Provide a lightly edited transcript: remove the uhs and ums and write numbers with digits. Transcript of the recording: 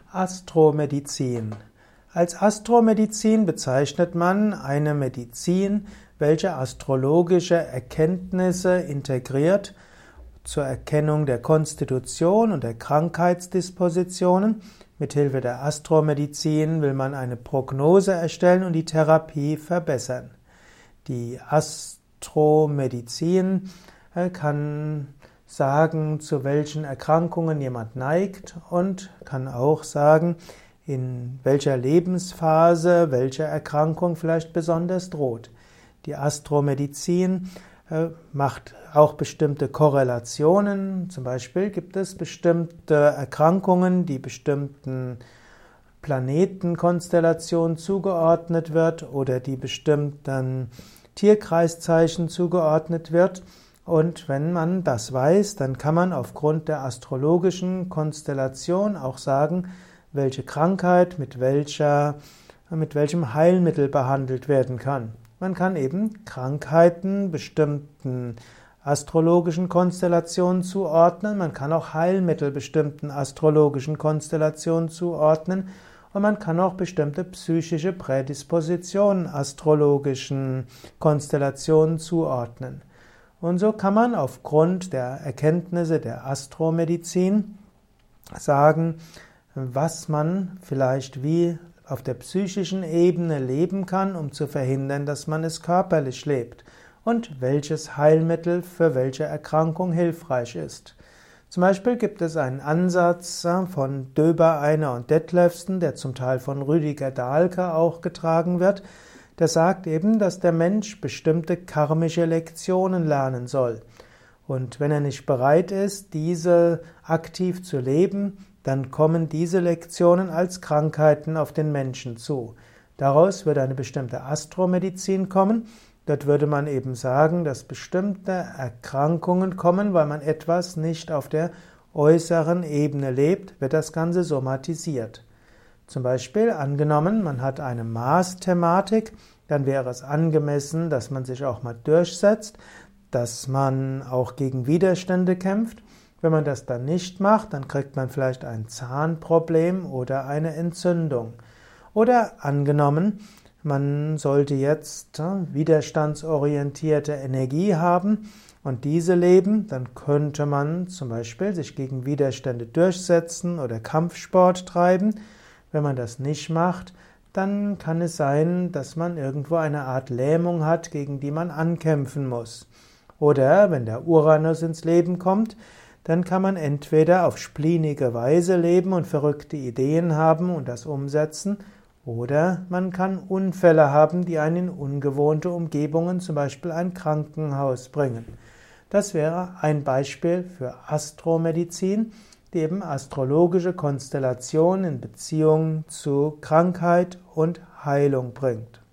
Astromedizin. Als Astromedizin bezeichnet man eine Medizin, welche astrologische Erkenntnisse integriert zur Erkennung der Konstitution und der Krankheitsdispositionen. Mithilfe der Astromedizin will man eine Prognose erstellen und die Therapie verbessern. Die Astromedizin kann sagen, zu welchen Erkrankungen jemand neigt und kann auch sagen, in welcher Lebensphase welche Erkrankung vielleicht besonders droht. Die Astromedizin macht auch bestimmte Korrelationen. Zum Beispiel gibt es bestimmte Erkrankungen, die bestimmten Planetenkonstellationen zugeordnet wird oder die bestimmten Tierkreiszeichen zugeordnet wird. Und wenn man das weiß, dann kann man aufgrund der astrologischen Konstellation auch sagen, welche Krankheit mit welchem Heilmittel behandelt werden kann. Man kann eben Krankheiten bestimmten astrologischen Konstellationen zuordnen, man kann auch Heilmittel bestimmten astrologischen Konstellationen zuordnen und man kann auch bestimmte psychische Prädispositionen astrologischen Konstellationen zuordnen. Und so kann man aufgrund der Erkenntnisse der Astromedizin sagen, was man vielleicht wie auf der psychischen Ebene leben kann, um zu verhindern, dass man es körperlich lebt und welches Heilmittel für welche Erkrankung hilfreich ist. Zum Beispiel gibt es einen Ansatz von Döbereiner und Detlefsen, der zum Teil von Rüdiger Dahlke auch getragen wird, der sagt eben, dass der Mensch bestimmte karmische Lektionen lernen soll. Und wenn er nicht bereit ist, diese aktiv zu leben, dann kommen diese Lektionen als Krankheiten auf den Menschen zu. Daraus würde eine bestimmte Astromedizin kommen. Dort würde man eben sagen, dass bestimmte Erkrankungen kommen, weil man etwas nicht auf der äußeren Ebene lebt, wird das Ganze somatisiert. Zum Beispiel angenommen, man hat eine Mars-Thematik, dann wäre es angemessen, dass man sich auch mal durchsetzt, dass man auch gegen Widerstände kämpft. Wenn man das dann nicht macht, dann kriegt man vielleicht ein Zahnproblem oder eine Entzündung. Oder angenommen, man sollte jetzt widerstandsorientierte Energie haben und diese leben, dann könnte man zum Beispiel sich gegen Widerstände durchsetzen oder Kampfsport treiben. Wenn man das nicht macht, dann kann es sein, dass man irgendwo eine Art Lähmung hat, gegen die man ankämpfen muss. Oder wenn der Uranus ins Leben kommt, dann kann man entweder auf spleenige Weise leben und verrückte Ideen haben und das umsetzen, oder man kann Unfälle haben, die einen in ungewohnte Umgebungen, zum Beispiel ein Krankenhaus, bringen. Das wäre ein Beispiel für Astromedizin, die eben astrologische Konstellationen in Beziehung zu Krankheit und Heilung bringt.